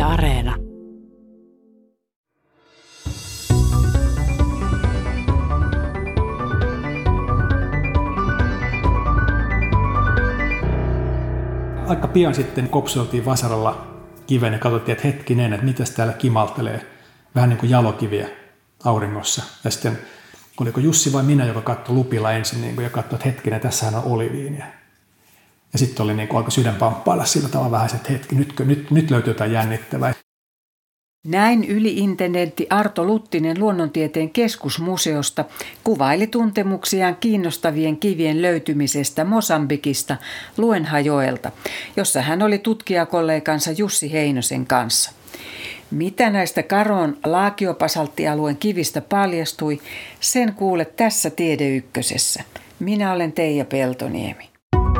Areena. Aika pian sitten kopsuiltiin vasaralla kiveen ja katsottiin, että hetkinen, että mitäs täällä kimaltelee. Vähän niin kuin jalokiviä auringossa. Ja sitten oliko Jussi vai minä, joka katsoi lupilla ensin ja katsoi, että hetkinen, tässähän on oliviinia. Ja sitten oli alkoi sydän pamppailla sillä tavalla vähän, että hetki, nyt löytyy jotain jännittävää. Näin yli-intendentti Arto Luttinen Luonnontieteen keskusmuseosta kuvaili tuntemuksiaan kiinnostavien kivien löytymisestä Mosambikista Luenhajoelta, jossa hän oli tutkijakollegansa Jussi Heinosen kanssa. Mitä näistä Karon laakiobasalttialueen kivistä paljastui, sen kuulet tässä Tiede Ykkösessä. Minä olen Teija Peltoniemi.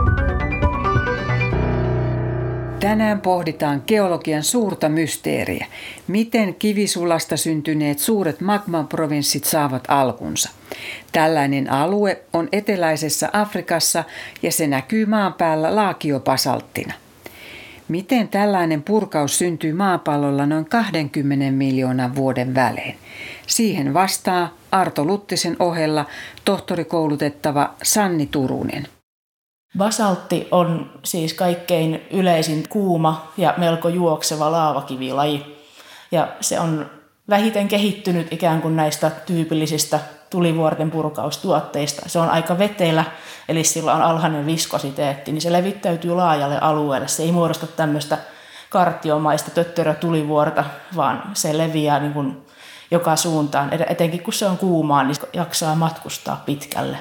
Tänään pohditaan geologian suurta mysteeriä. Miten kivisulasta syntyneet suuret magmaprovinssit saavat alkunsa? Tällainen alue on eteläisessä Afrikassa ja se näkyy maan päällä laakiobasalttina. Miten tällainen purkaus syntyy maapallolla noin 20 miljoonan vuoden välein? Siihen vastaa Arto Luttisen ohella tohtorikoulutettava Sanni Turunen. Basaltti on siis kaikkein yleisin kuuma ja melko juokseva laavakivilaji. Ja se on vähiten kehittynyt ikään kuin näistä tyypillisistä tulivuorten purkaustuotteista. Se on aika vetelä, eli sillä on alhainen viskositeetti, niin se levittäytyy laajalle alueelle. Se ei muodosta tämmöistä karttiomaista töttörötulivuorta, vaan se leviää niin kuin joka suuntaan. Etenkin kun se on kuumaa, niin jaksaa matkustaa pitkälle.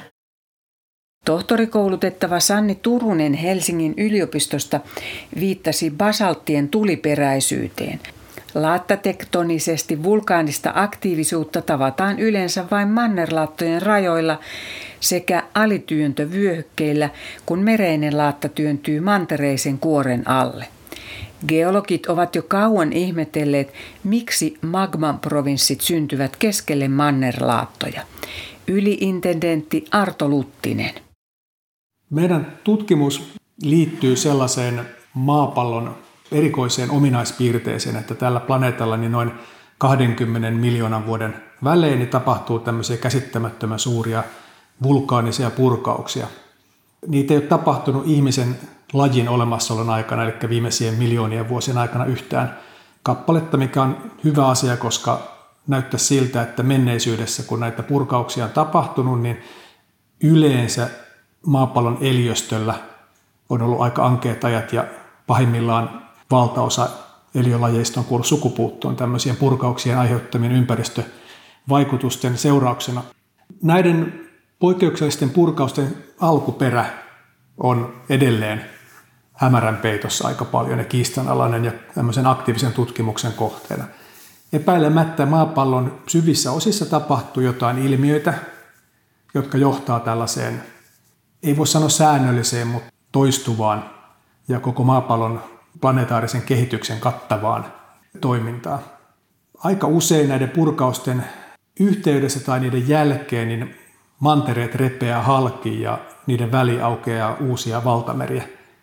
Tohtorikoulutettava Sanni Turunen Helsingin yliopistosta viittasi basalttien tuliperäisyyteen. Laattatektonisesti vulkaanista aktiivisuutta tavataan yleensä vain mannerlaattojen rajoilla sekä alityöntövyöhykkeillä, kun mereinen laatta työntyy mantereisen kuoren alle. Geologit ovat jo kauan ihmetelleet, miksi magmaprovinssit syntyvät keskelle mannerlaattoja. Yli-intendentti Arto Luttinen. Meidän tutkimus liittyy sellaiseen maapallon erikoiseen ominaispiirteeseen, että tällä planeetalla niin noin 20 miljoonan vuoden välein niin tapahtuu tämmöisiä käsittämättömän suuria vulkaanisia purkauksia. Niitä ei ole tapahtunut ihmisen lajin olemassaolon aikana, eli viimeisien miljoonien vuosien aikana yhtään kappaletta, mikä on hyvä asia, koska näyttää siltä, että menneisyydessä, kun näitä purkauksia on tapahtunut, niin yleensä maapallon eliöstöllä on ollut aika ankeat ajat ja pahimmillaan valtaosa eliölajeista on kuollut sukupuuttoon tämmöisien purkauksien aiheuttamien ympäristövaikutusten seurauksena. Näiden poikkeuksellisten purkausten alkuperä on edelleen hämärän peitossa aika paljon ja kiistanalainen ja tämmöisen aktiivisen tutkimuksen kohteena. Epäilemättä maapallon syvissä osissa tapahtuu jotain ilmiöitä, jotka johtaa tällaiseen, ei voi sanoa säännölliseen, mutta toistuvaan ja koko maapallon planetaarisen kehityksen kattavaan toimintaan. Aika usein näiden purkausten yhteydessä tai niiden jälkeen niin mantereet repeää halki ja niiden väli aukeaa uusia valtameriä.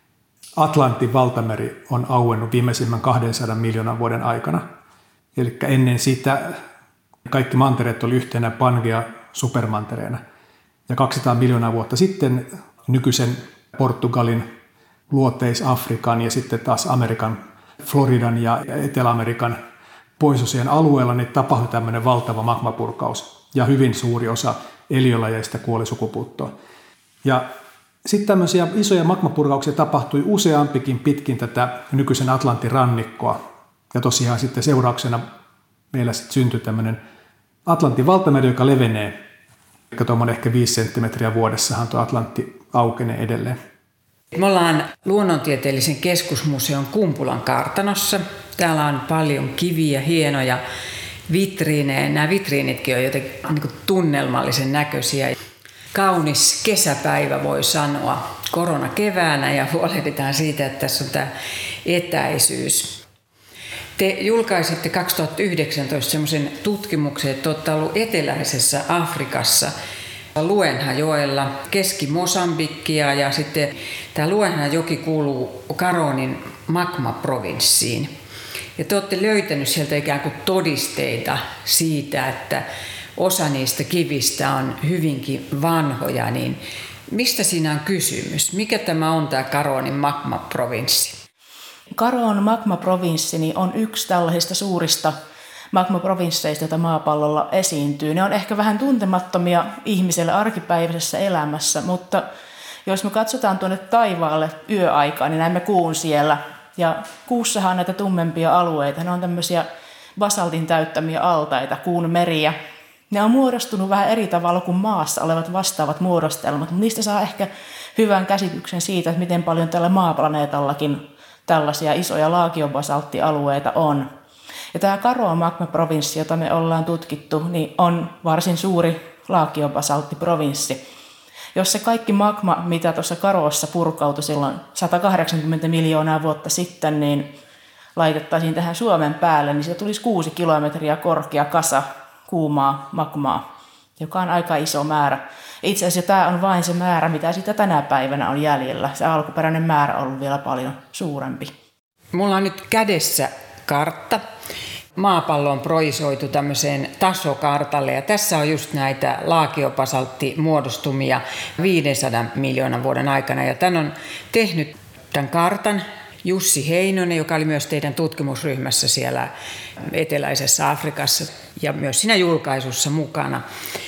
Atlantin valtameri on auennut viimeisimmän 200 miljoonan vuoden aikana. Eli ennen sitä kaikki mantereet oli yhtenä Pangea supermantereena. Ja 200 miljoonaa vuotta sitten nykyisen Portugalin, Luoteis-Afrikan ja sitten taas Amerikan, Floridan ja Etelä-Amerikan pohjoisosien alueella niin tapahtui tämmöinen valtava magmapurkaus. Ja hyvin suuri osa eliölajeista kuoli sukupuuttoon. Ja sitten tämmöisiä isoja magmapurkauksia tapahtui useampikin pitkin tätä nykyisen Atlantin rannikkoa. Ja tosiaan sitten seurauksena meillä sitten syntyi tämmöinen Atlantin valtameri, joka levenee. Ehkä 5 senttimetriä vuodessahan tuo Atlantti aukenee edelleen. Me ollaan Luonnontieteellisen keskusmuseon Kumpulan kartanossa. Täällä on paljon kiviä, hienoja vitriinejä. Nämä vitriinitkin on jotenkin niin tunnelmallisen näköisiä. Kaunis kesäpäivä voi sanoa koronakeväänä ja huolehditaan siitä, että tässä on tämä etäisyys. Te julkaisitte 2019 semmoisen tutkimuksen, että olette ollut eteläisessä Afrikassa Luenhajoella, Keski-Mosambikkia ja sitten tämä Luenhajoki kuuluu Karonin magmaprovinssiin. Ja te olette löytänyt sieltä ikään kuin todisteita siitä, että osa niistä kivistä on hyvinkin vanhoja, niin mistä siinä on kysymys? Mikä tämä on tämä Garonen magmaprovinssi? Garonen magmaprovinssi niin on yksi tällaisista suurista magmaprovinsseista, joita maapallolla esiintyy. Ne on ehkä vähän tuntemattomia ihmiselle arkipäiväisessä elämässä, mutta jos me katsotaan tuonne taivaalle yöaikaan, niin näemme kuun siellä. Ja kuussahan on näitä tummempia alueita. Ne on tämmöisiä basaltin täyttämiä altaita, kuun meriä. Ne on muodostunut vähän eri tavalla kuin maassa olevat vastaavat muodostelmat, mutta niistä saa ehkä hyvän käsityksen siitä, että miten paljon tällä maaplaneetallakin tällaisia isoja laakiobasalttialueita on. Ja tämä Garonen magmaprovinssi, jota me ollaan tutkittu, niin on varsin suuri laakiobasalttiprovinssi, jossa kaikki magma, mitä tuossa Garosessa purkautui silloin 180 miljoonaa vuotta sitten, niin laitettaisiin tähän Suomen päälle, niin siitä tulisi 6 kilometriä korkea kasa kuumaa magmaa, joka on aika iso määrä. Itse asiassa tämä on vain se määrä, mitä sitä tänä päivänä on jäljellä. Se alkuperäinen määrä on ollut vielä paljon suurempi. Mulla on nyt kädessä kartta. Maapallo on projisoitu tämmöiseen tasokartalle ja tässä on just näitä laakiobasalttimuodostumia 500 miljoonan vuoden aikana. Ja tämän on tehnyt tämän kartan Jussi Heinonen, joka oli myös teidän tutkimusryhmässä siellä eteläisessä Afrikassa ja myös siinä julkaisussa mukana.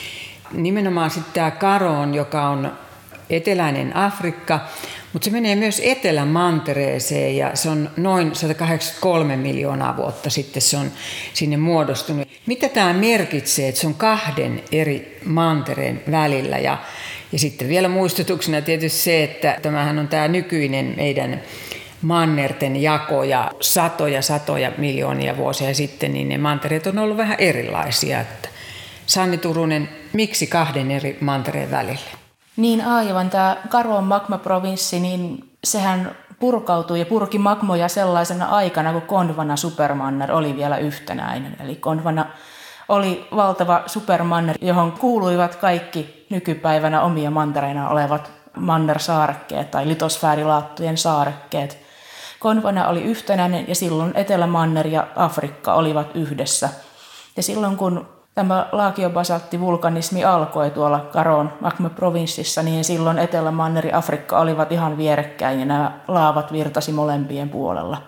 Nimenomaan sitten tämä Garonen, joka on eteläinen Afrikka, mutta se menee myös Etelämantereeseen ja se on noin 183 miljoonaa vuotta sitten se on sinne muodostunut. Mitä tämä merkitsee, että se on 2 eri mantereen välillä ja sitten vielä muistutuksena tietysti se, että tämähän on tämä nykyinen meidän mannerten jako ja satoja miljoonia vuosia sitten, niin ne mantereet on ollut vähän erilaisia. Sanni Turunen, miksi 2 eri mantereen välillä? Niin aivan, tämä Garonen magmaprovinssi, niin sehän purkautui ja purki magmoja sellaisena aikana, kun Gondwana supermanner oli vielä yhtenäinen. Eli Gondwana oli valtava supermanner, johon kuuluivat kaikki nykypäivänä omia mantereina olevat mannersaarekkeet tai litosfäärilaattojen saarekkeet. Gondwana oli yhtenäinen ja silloin Etelämanner ja Afrikka olivat yhdessä. Ja silloin kun tämä laakiobasalttivulkanismi alkoi tuolla Garonen magmaprovinssissa, niin silloin Etelämanner ja Afrikka olivat ihan vierekkäin ja nämä laavat virtasi molempien puolella.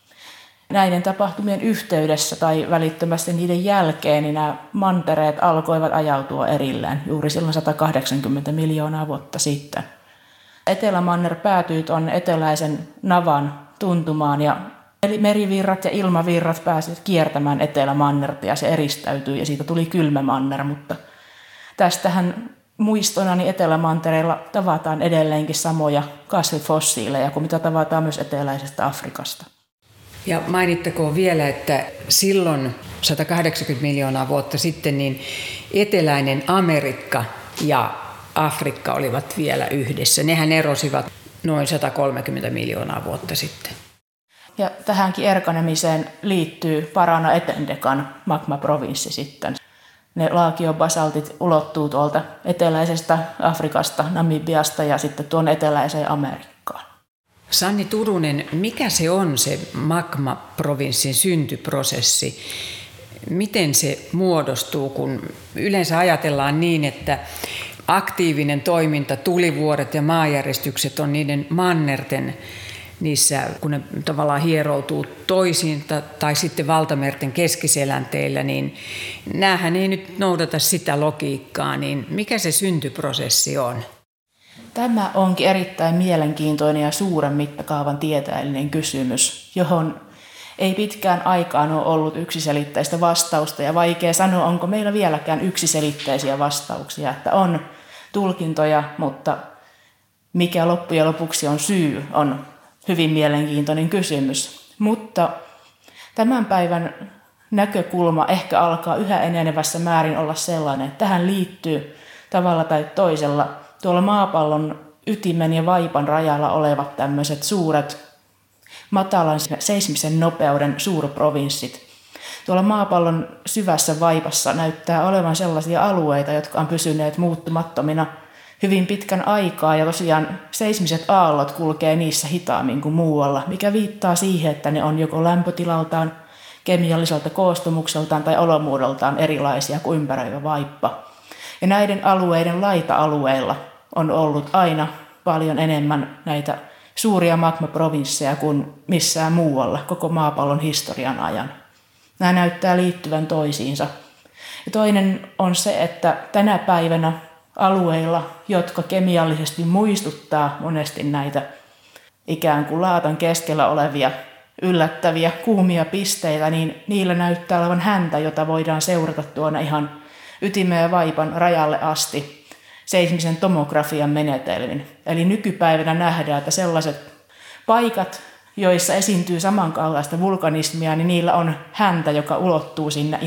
Näiden tapahtumien yhteydessä tai välittömästi niiden jälkeen niin nämä mantereet alkoivat ajautua erilleen juuri silloin 180 miljoonaa vuotta sitten. Etelämanner päätyi tuon eteläisen navan tuntumaan ja merivirrat ja ilmavirrat pääsivät kiertämään Etelämannerta ja se eristäytyi ja siitä tuli kylmä manner, mutta tästähän muistona niin Etelämantereilla tavataan edelleenkin samoja kasvifossiileja kuin mitä tavataan myös eteläisestä Afrikasta. Ja mainittakoon vielä, että silloin 180 miljoonaa vuotta sitten niin eteläinen Amerikka ja Afrikka olivat vielä yhdessä. Nehän erosivat noin 130 miljoonaa vuotta sitten. Ja tähänkin erkanemiseen liittyy Parana-Etendekan magmaprovinssi sitten. Ne laakiobasaltit ulottuu tuolta eteläisestä Afrikasta, Namibiasta ja sitten tuonne eteläiseen Amerikkaan. Sanni Turunen, mikä se on se magmaprovinssin syntyprosessi? Miten se muodostuu, kun yleensä ajatellaan niin, että aktiivinen toiminta, tulivuoret ja maanjäristykset on niiden mannerten niissä, kun ne tavallaan hieroutuu toisiin tai sitten valtamerten keskiselänteillä, niin näähän ei nyt noudata sitä logiikkaa, niin mikä se syntyprosessi on? Tämä onkin erittäin mielenkiintoinen ja suuren mittakaavan tieteellinen kysymys, johon ei pitkään aikaan ole ollut yksiselitteistä vastausta ja vaikea sanoa, onko meillä vieläkään yksiselitteisiä vastauksia, että on tulkintoja, mutta mikä loppujen lopuksi on syy, on hyvin mielenkiintoinen kysymys. Mutta tämän päivän näkökulma ehkä alkaa yhä enenevässä määrin olla sellainen, että tähän liittyy tavalla tai toisella tuolla maapallon ytimen ja vaipan rajalla olevat tämmöiset suuret matalan seismisen nopeuden suurprovinssit. Tuolla maapallon syvässä vaipassa näyttää olevan sellaisia alueita, jotka on pysyneet muuttumattomina hyvin pitkän aikaa ja tosiaan seismiset aallot kulkee niissä hitaammin kuin muualla, mikä viittaa siihen, että ne on joko lämpötilaltaan kemialliselta koostumukseltaan tai olomuodoltaan erilaisia kuin ympäröivä vaippa. Ja näiden alueiden laita-alueilla on ollut aina paljon enemmän näitä suuria magmaprovinsseja kuin missään muualla koko maapallon historian ajan. Nämä näyttää liittyvän toisiinsa. Ja toinen on se, että tänä päivänä alueilla, jotka kemiallisesti muistuttaa monesti näitä ikään kuin laatan keskellä olevia yllättäviä kuumia pisteitä, niin niillä näyttää olevan häntä, jota voidaan seurata tuonne ihan ytimeen ja vaipan rajalle asti seismisen tomografian menetelmin. Eli nykypäivänä nähdään, että sellaiset paikat, joissa esiintyy samankaltaista vulkanismia, niin niillä on häntä, joka ulottuu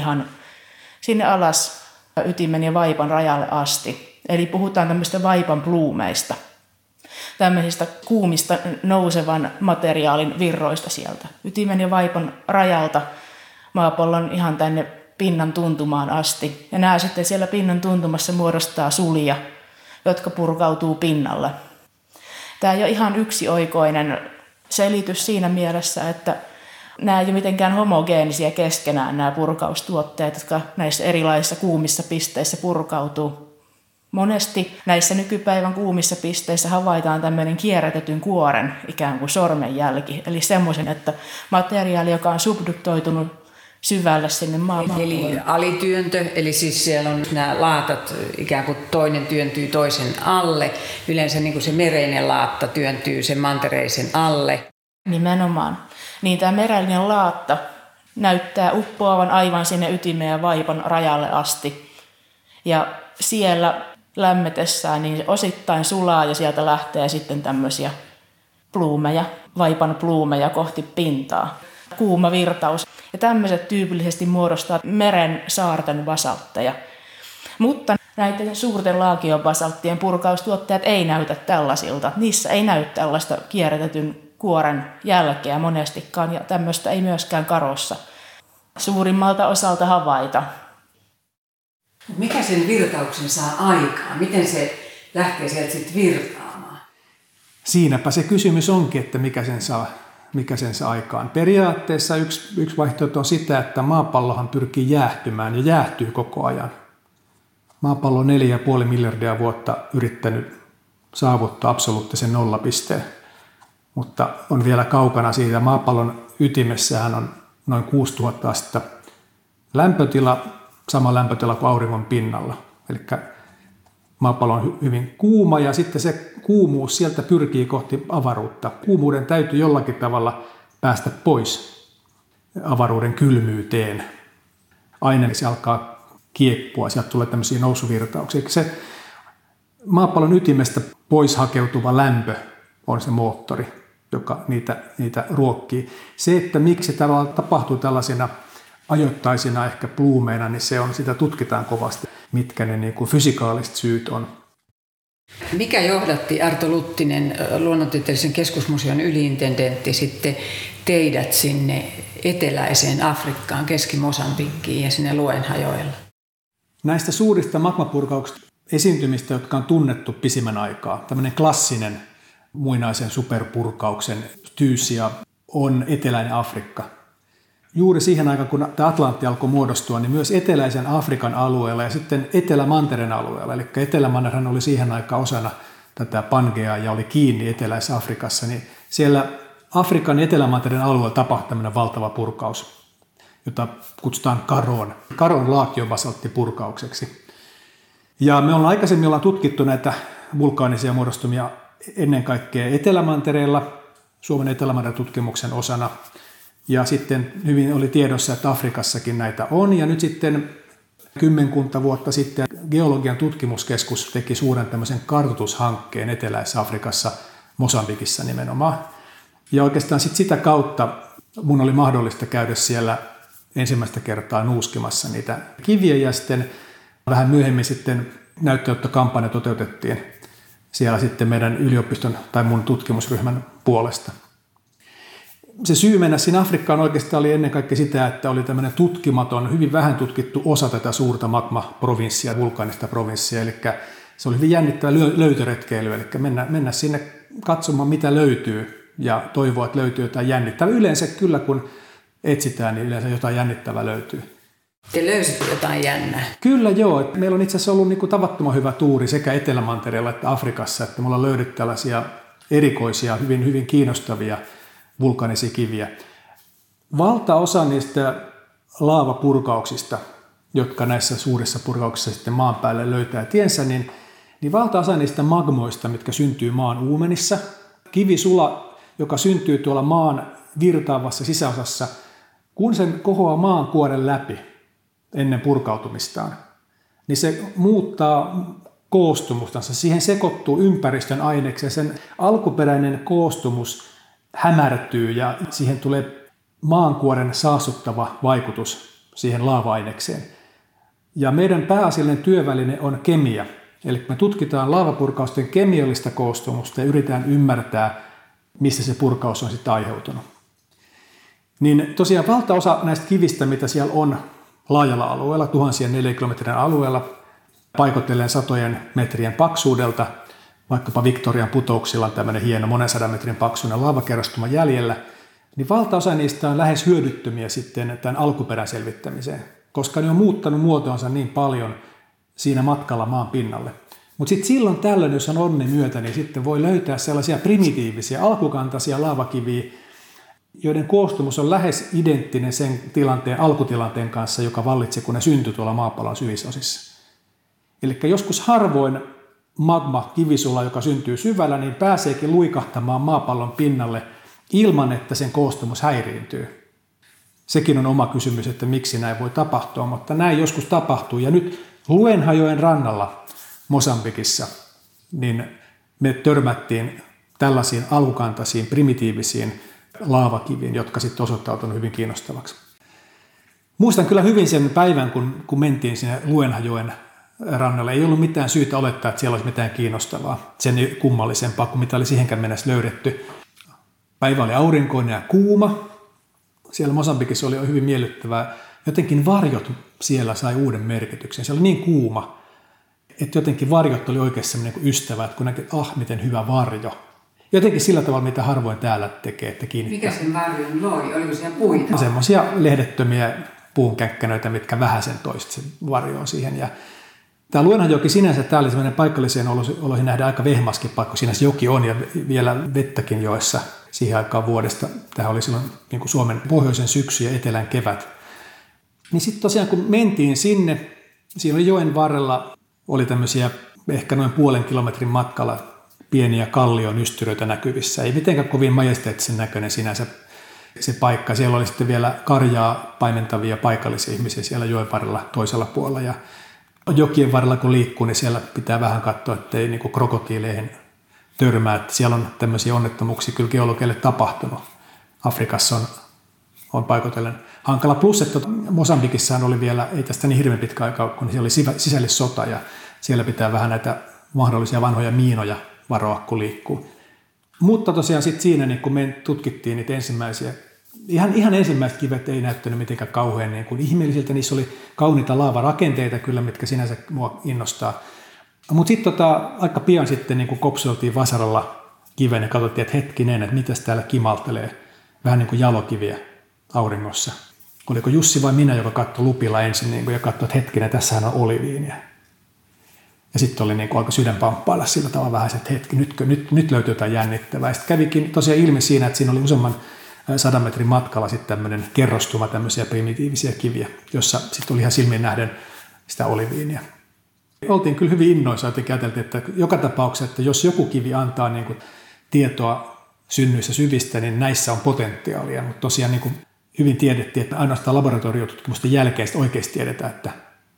sinne alas ytimen ja vaipan rajalle asti. Eli puhutaan tämmöistä vaipan pluumeista, tämmöisistä kuumista nousevan materiaalin virroista sieltä ytimen ja vaipan rajalta maapallon ihan tänne pinnan tuntumaan asti. Ja nämä sitten siellä pinnan tuntumassa muodostaa sulia, jotka purkautuu pinnalle. Tämä ei ole ihan yksioikoinen selitys siinä mielessä, että nämä ei ole mitenkään homogeenisia keskenään nämä purkaustuotteet, jotka näissä erilaisissa kuumissa pisteissä purkautuu. Monesti näissä nykypäivän kuumissa pisteissä havaitaan tämmöinen kierrätetyn kuoren ikään kuin sormenjälki, eli semmoisen, että materiaali, joka on subduktoitunut syvälle sinne maailmaan. Eli alityöntö, eli siis siellä on nämä laatat, ikään kuin toinen työntyy toisen alle. Yleensä niin kuin se mereinen laatta työntyy sen mantereisen alle. Nimenomaan. Niin tämä merellinen laatta näyttää uppoavan aivan sinne ytimeen ja vaipan rajalle asti. Ja siellä lämmetessään niin osittain sulaa ja sieltä lähtee sitten tämmöisiä pluumeja, vaipan pluumeja kohti pintaa. Kuuma virtaus. Ja tämmöiset tyypillisesti muodostaa meren saarten basaltteja. Mutta näiden suurten laakiobasalttien purkaustuotteet ei näytä tällaisilta. Niissä ei näy tällaista kierrätetyn kuoren jälkeä monestikaan ja tämmöistä ei myöskään karossa suurimmalta osalta havaita. Mikä sen virtauksen saa aikaan? Miten se lähtee sieltä sitten virtaamaan? Siinäpä se kysymys onkin, että mikä sen saa aikaan. Periaatteessa yksi vaihtoehto on sitä, että maapallohan pyrkii jäähtymään ja jäähtyy koko ajan. Maapallo on 4,5 miljardia vuotta yrittänyt saavuttaa absoluuttisen nollapisteen, mutta on vielä kaukana siitä. Maapallon ytimessähän on noin 6000 astetta lämpötila, sama lämpötila kuin auringon pinnalla. Eli maapallo on hyvin kuuma ja sitten se kuumuus sieltä pyrkii kohti avaruutta. Kuumuuden täytyy jollakin tavalla päästä pois avaruuden kylmyyteen. Aine se alkaa kieppua, sieltä tulee tämmöisiä nousuvirtauksia. Se maapallon ytimestä pois hakeutuva lämpö on se moottori, joka niitä ruokkii. Se, että miksi se tapahtuu tällaisina ajoittaisina ehkä pluumeina, niin sitä tutkitaan kovasti, mitkä ne niin kuin fysikaaliset syyt on. Mikä johdatti Arto Luttinen, Luonnontieteellisen keskusmuseon yliintendentti, sitten teidät sinne eteläiseen Afrikkaan, Keski-Mosambikkiin ja sinne Luenhajoella? Näistä suurista magmapurkauksista esiintymistä, jotka on tunnettu pisimmän aikaa, tämmöinen klassinen muinaisen superpurkauksen tyysia on eteläinen Afrikka. Juuri siihen aikaan, kun tämä Atlantti alkoi muodostua, niin myös eteläisen Afrikan alueella ja sitten Etelä-Mantereen alueella, eli Etelä-Mannerhan oli siihen aikaan osana tätä Pangeaa ja oli kiinni eteläisessä Afrikassa, niin siellä Afrikan Etelä-Mantereen alueella tapahtui tämmöinen valtava purkaus, jota kutsutaan Karon laakiobasalttipurkaukseksi. Ja me ollaan aikaisemmin tutkittu näitä vulkaanisia muodostumia ennen kaikkea Etelä-Mantereella, Suomen Etelä-Mantereen tutkimuksen osana. Ja sitten hyvin oli tiedossa, että Afrikassakin näitä on. Ja nyt sitten 10 vuotta sitten Geologian tutkimuskeskus teki suuren tämmöisen kartoitushankkeen Eteläisessä Afrikassa, Mosambikissa nimenomaan. Ja oikeastaan sitten sitä kautta mun oli mahdollista käydä siellä ensimmäistä kertaa nuuskimassa niitä kiviä. Ja sitten vähän myöhemmin sitten näytteenottokampanja toteutettiin siellä sitten meidän yliopiston tai mun tutkimusryhmän puolesta. Se syy mennä siinä Afrikkaan oikeastaan oli ennen kaikkea sitä, että oli tämmöinen tutkimaton, hyvin vähän tutkittu osa tätä suurta magma-provinssia, vulkaanista provinssia. Eli se oli hyvin jännittävä löytöretkeily, eli mennä sinne katsomaan, mitä löytyy ja toivoa, että löytyy jotain jännittävää. Yleensä kyllä, kun etsitään, niin yleensä jotain jännittävää löytyy. Te löysitte jotain jännää? Kyllä joo. Meillä on itse asiassa ollut niin kuin tavattoman hyvä tuuri sekä Etelämantereella että Afrikassa, että me ollaan löydetty tällaisia erikoisia, hyvin, hyvin kiinnostavia vulkaanisia kiviä. Valtaosa niistä laavapurkauksista, jotka näissä suurissa purkauksissa sitten maan päälle löytää tiensä, niin valtaosa niistä magmoista, mitkä syntyy maan uumenissa, kivisula, joka syntyy tuolla maan virtaavassa sisäosassa, kun sen kohoaa maankuoren läpi ennen purkautumistaan, niin se muuttaa koostumustansa. Siihen sekoittuu ympäristön aineeksi ja sen alkuperäinen koostumus hämärtyy ja siihen tulee maankuoren saastuttava vaikutus siihen laava-ainekseen. Ja meidän pääasiallinen työväline on kemia. Eli me tutkitaan laavapurkausten kemiallista koostumusta ja yritetään ymmärtää, mistä se purkaus on sitten aiheutunut. Niin tosiaan valtaosa näistä kivistä, mitä siellä on laajalla alueella, tuhansien neliökilometrin alueella, paikoitellen satojen metrien paksuudelta, vaikkapa Victorian putouksilla on tämmöinen hieno monen sadan metrin paksuinen laavakerrostuma jäljellä, niin valtaosa niistä on lähes hyödyttömiä sitten tämän alkuperän selvittämiseen, koska ne on muuttanut muotoonsa niin paljon siinä matkalla maan pinnalle. Mutta sitten silloin tällöin, jos on onnen myötä, niin sitten voi löytää sellaisia primitiivisiä, alkukantaisia laavakiviä, joiden koostumus on lähes identtinen sen alkutilanteen kanssa, joka vallitsi, kun ne syntyi tuolla maapallon syvissä osissa. Eli joskus harvoin magma-kivisula, joka syntyy syvällä, niin pääseekin luikahtamaan maapallon pinnalle ilman, että sen koostumus häiriintyy. Sekin on oma kysymys, että miksi näin voi tapahtua, mutta näin joskus tapahtuu. Ja nyt Luenhajoen rannalla Mosambikissa niin me törmättiin tällaisiin alkukantaisiin, primitiivisiin laavakiviin, jotka sitten osoittautuivat hyvin kiinnostavaksi. Muistan kyllä hyvin sen päivän, kun mentiin sinne Luenhajoen rannalle. Ei ollut mitään syytä olettaa, että siellä olisi mitään kiinnostavaa, sen kummallisempaa kuin mitä oli siihenkään mennessä löydetty. Päivä oli aurinkoinen ja kuuma. Siellä Mosambikissa oli hyvin miellyttävää. Jotenkin varjot siellä sai uuden merkityksen. Se oli niin kuuma, että jotenkin varjot oli oikein sellainen kuin ystävä, että kun näki, miten hyvä varjo. Jotenkin sillä tavalla, mitä harvoin täällä tekee, että kiinnittää. Mikä sen varjon loi? Oliko siellä puita? Semmoisia lehdettömiä puunkäkkänöitä, mitkä vähäsen toiset sen varjoon siihen. Ja tämä Luenhajoki sinänsä, tämä oli semmoinen paikalliseen oloihin nähdä aika vehmaskin paikka. Siinä se joki on ja vielä vettäkin joessa siihen aikaan vuodesta. Tämä oli silloin niin kuin Suomen pohjoisen syksy ja etelän kevät. Niin sitten tosiaan kun mentiin sinne, siinä oli joen varrella, oli tämmöisiä ehkä noin 0,5 kilometrin matkalla pieniä kallion-ystyröitä näkyvissä. Ei mitenkään kovin majesteettisen näköinen sinänsä se paikka. Siellä oli sitten vielä karjaa paimentavia paikallisia ihmisiä siellä joen varrella toisella puolella. Ja jokien varrella kun liikkuu, niin siellä pitää vähän katsoa, ettei niin kuin krokotiileihin törmää. Että siellä on tämmöisiä onnettomuuksia kyllä geologeille tapahtunut. Afrikassa on paikoitellen hankala. Plus, että Mosambikissaan oli vielä, ei tästä niin hirveän pitkä aikaa, kun siellä oli sisällissota ja siellä pitää vähän näitä mahdollisia vanhoja miinoja varoa, kun liikkuu. Mutta tosiaan sitten siinä, niin kun me tutkittiin niitä ensimmäisiä, ihan ensimmäiset kivet ei näyttänyt mitenkään kauhean niin kuin ihmeellisiltä. Niissä oli kauniita laavarakenteita kyllä, mitkä sinänsä mua innostaa. Mutta sitten aika pian sitten niin kopsuiltiin vasaralla kiveen ja katsottiin, että hetkinen, että mitäs täällä kimaltelee. Vähän niin kuin jalokiviä auringossa. Oliko Jussi vai minä, joka katsoi lupilla ensin niin ja katsoi, että hetkinen, tässähän on oliviinia. Ja sitten oli niin kuin aika sydän pamppailla sillä tavalla vähän, että hetki, nyt löytyy jotain jännittävää. Ja sitten kävikin tosiaan ilmi siinä, että siinä oli useamman 100 metrin matkalla sitten tämmöinen kerrostuma tämmöisiä primitiivisiä kiviä, jossa sitten oli ihan silmiin nähden sitä oliviinia. Oltiin kyllä hyvin innoissa, jotenkin ajateltiin, että joka tapauksessa, että jos joku kivi antaa niin kuin tietoa synnyissä syvistä, niin näissä on potentiaalia. Mutta tosiaan niin kuin hyvin tiedettiin, että ainoastaan laboratoriotutkimusten jälkeen oikeasti tiedetään, että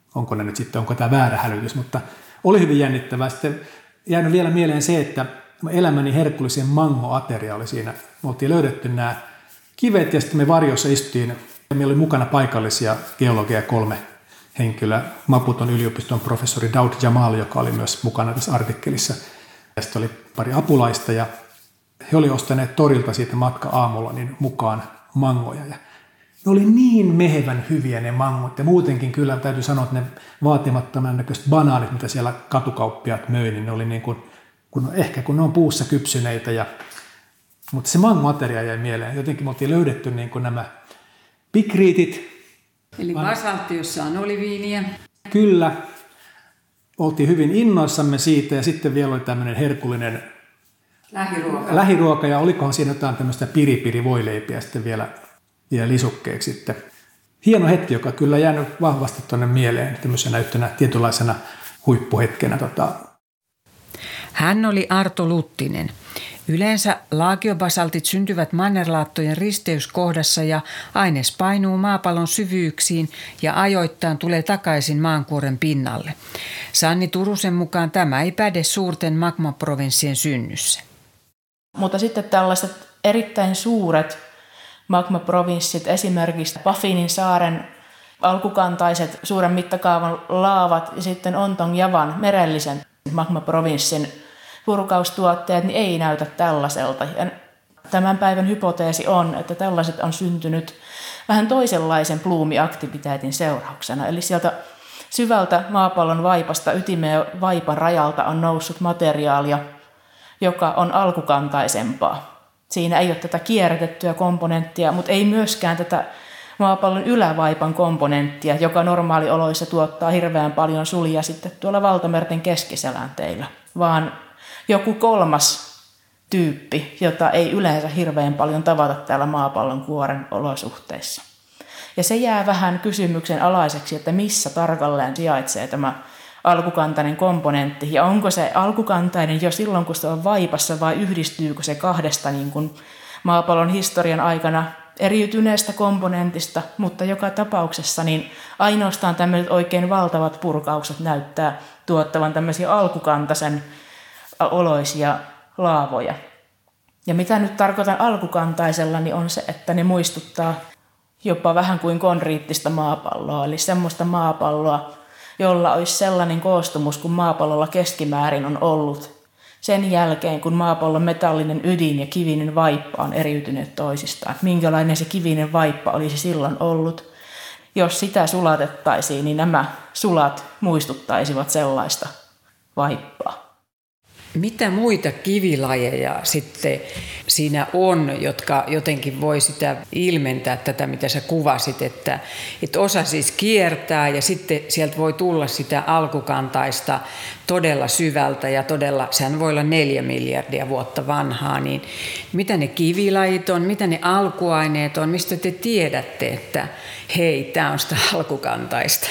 onko tämä väärä hälytys. Mutta oli hyvin jännittävää. Sitten jäänyt vielä mieleen se, että elämäni herkullisen mango-ateria oli siinä. Me oltiin löydetty nämä kivet ja sitten me varjossa istuttiin. Meillä oli mukana paikallisia geologeja 3 henkilöä. Maputon yliopiston professori Daud Jamal, joka oli myös mukana tässä artikkelissa. Ja sitten oli pari apulaista ja he oli ostaneet torilta siitä matka-aamulla niin mukaan mangoja. Ja ne oli niin mehevän hyviä ne mangot. Ja muutenkin kyllä täytyy sanoa, että ne vaatimattoman näköiset banaanit, mitä siellä katukauppiaat möi, niin ne oli niin kuin, kun ne on puussa kypsyneitä. Mutta se mango-ateria jäi mieleen. Jotenkin me oltiin löydetty niin kuin nämä pikriitit. Eli basaltti, jossa on oliviiniä. Kyllä. Oltiin hyvin innoissamme siitä ja sitten vielä oli tämmöinen herkullinen lähiruoka ja olikohan siinä jotain tämmöistä piripiri-voileipiä sitten vielä lisukkeeksi sitten. Hieno hetki, joka kyllä jäänyt vahvasti tuonne mieleen tämmöisenä yhtenä tietynlaisena huippuhetkenä. Hän oli Arto Luttinen. Yleensä laakiobasaltit syntyvät mannerlaattojen risteyskohdassa ja aines painuu maapallon syvyyksiin ja ajoittain tulee takaisin maankuoren pinnalle. Sanni Turusen mukaan tämä ei päde suurten magmaprovinssien synnyssä. Mutta sitten tällaiset erittäin suuret magmaprovinssit, esimerkiksi Baffinin saaren alkukantaiset suuren mittakaavan laavat ja sitten Ontong Javan merellisen magmaprovinssin purkaustuotteet, niin ei näytä tällaiselta. Ja tämän päivän hypoteesi on, että tällaiset on syntynyt vähän toisenlaisen pluumiaktiviteetin seurauksena. Eli sieltä syvältä maapallon vaipasta, ytimeen vaipan rajalta on noussut materiaalia, joka on alkukantaisempaa. Siinä ei ole tätä kierrätettyä komponenttia, mutta ei myöskään tätä maapallon ylävaipan komponenttia, joka normaalioloissa tuottaa hirveän paljon sulia sitten tuolla valtamerten keskiselänteillä, vaan joku kolmas tyyppi, jota ei yleensä hirveän paljon tavata täällä maapallon kuoren olosuhteissa. Ja se jää vähän kysymyksen alaiseksi, että missä tarkalleen sijaitsee tämä alkukantainen komponentti, ja onko se alkukantainen jo silloin, kun se on vaipassa, vai yhdistyykö se kahdesta niin kuin maapallon historian aikana eriytyneestä komponentista, mutta joka tapauksessa niin ainoastaan tämmöiset oikein valtavat purkaukset näyttää tuottavan tämmöisiä alkukantaisen oloisia laavoja. Ja mitä nyt tarkoitan alkukantaisella, niin on se, että ne muistuttaa jopa vähän kuin kondriittista maapalloa, eli semmoista maapalloa, jolla olisi sellainen koostumus kuin maapallolla keskimäärin on ollut sen jälkeen, kun maapallon metallinen ydin ja kivinen vaippa on eriytyneet toisistaan. Minkälainen se kivinen vaippa olisi silloin ollut? Jos sitä sulatettaisiin, niin nämä sulat muistuttaisivat sellaista vaippaa. Mitä muita kivilajeja sitten siinä on, jotka jotenkin voi sitä ilmentää tätä, mitä sä kuvasit, että osa siis kiertää ja sitten sieltä voi tulla sitä alkukantaista todella syvältä ja todella, sehän voi olla 4 miljardia vuotta vanhaa, niin mitä ne kivilajit on, mitä ne alkuaineet on, mistä te tiedätte, että hei, tämä on sitä alkukantaista?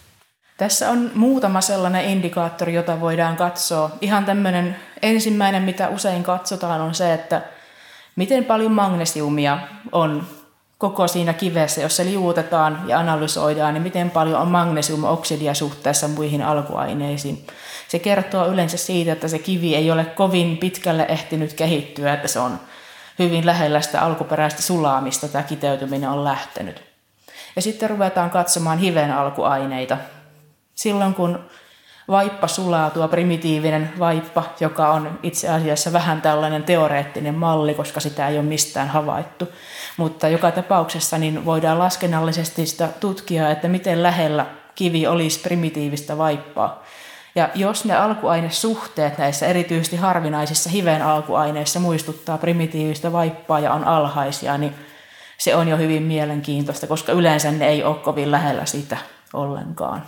Tässä on muutama sellainen indikaattori, jota voidaan katsoa. Ihan tämmöinen ensimmäinen, mitä usein katsotaan, on se, että miten paljon magnesiumia on koko siinä kivessä, jos se liuutetaan ja analysoidaan, niin miten paljon on magnesiumoksidia suhteessa muihin alkuaineisiin. Se kertoo yleensä siitä, että se kivi ei ole kovin pitkälle ehtinyt kehittyä, että se on hyvin lähellä sitä alkuperäistä sulaamista, tämä kiteytyminen on lähtenyt. Ja sitten ruvetaan katsomaan hiven alkuaineita. Silloin kun vaippa sulaa, tuo primitiivinen vaippa, joka on itse asiassa vähän tällainen teoreettinen malli, koska sitä ei ole mistään havaittu. Mutta joka tapauksessa niin voidaan laskennallisesti sitä tutkia, että miten lähellä kivi olisi primitiivistä vaippaa. Ja jos ne alkuainesuhteet näissä erityisesti harvinaisissa hiven alkuaineissa muistuttaa primitiivistä vaippaa ja on alhaisia, niin se on jo hyvin mielenkiintoista, koska yleensä ne ei ole kovin lähellä sitä ollenkaan.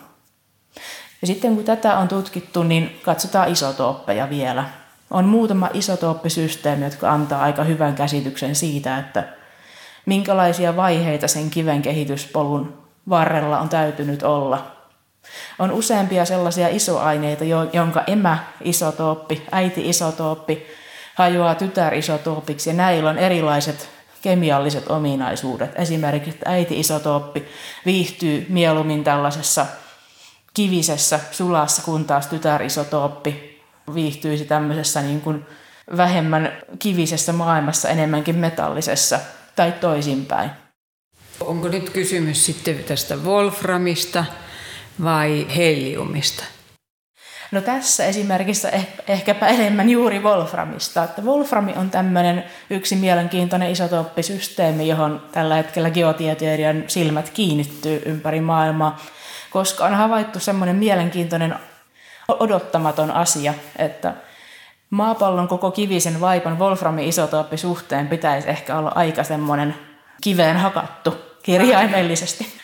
Ja sitten kun tätä on tutkittu, niin katsotaan isotooppeja vielä. On muutama isotooppisysteemi, jotka antaa aika hyvän käsityksen siitä, että minkälaisia vaiheita sen kiven kehityspolun varrella on täytynyt olla. On useampia sellaisia isoaineita, jonka emä-isotooppi, äiti-isotooppi hajoaa tytärisotoopiksi, ja näillä on erilaiset kemialliset ominaisuudet. Esimerkiksi äiti-isotooppi viihtyy mieluummin tällaisessa kivisessä sulassa, kun taas tytärisotooppi viihtyisi tämmöisessä niin kuin vähemmän kivisessä maailmassa, enemmänkin metallisessa tai toisinpäin. Onko nyt kysymys sitten tästä wolframista vai heliumista? No tässä esimerkiksi ehkäpä enemmän juuri wolframista. Että wolframi on tämmöinen yksi mielenkiintoinen isotooppisysteemi, johon tällä hetkellä geotieteilijöiden silmät kiinnittyy ympäri maailmaa, koska on havaittu semmoinen mielenkiintoinen odottamaton asia, että maapallon koko kivisen vaipan wolframi-isotooppisuhteen pitäisi ehkä olla aika semmoinen kiveen hakattu. kirjaimellisesti,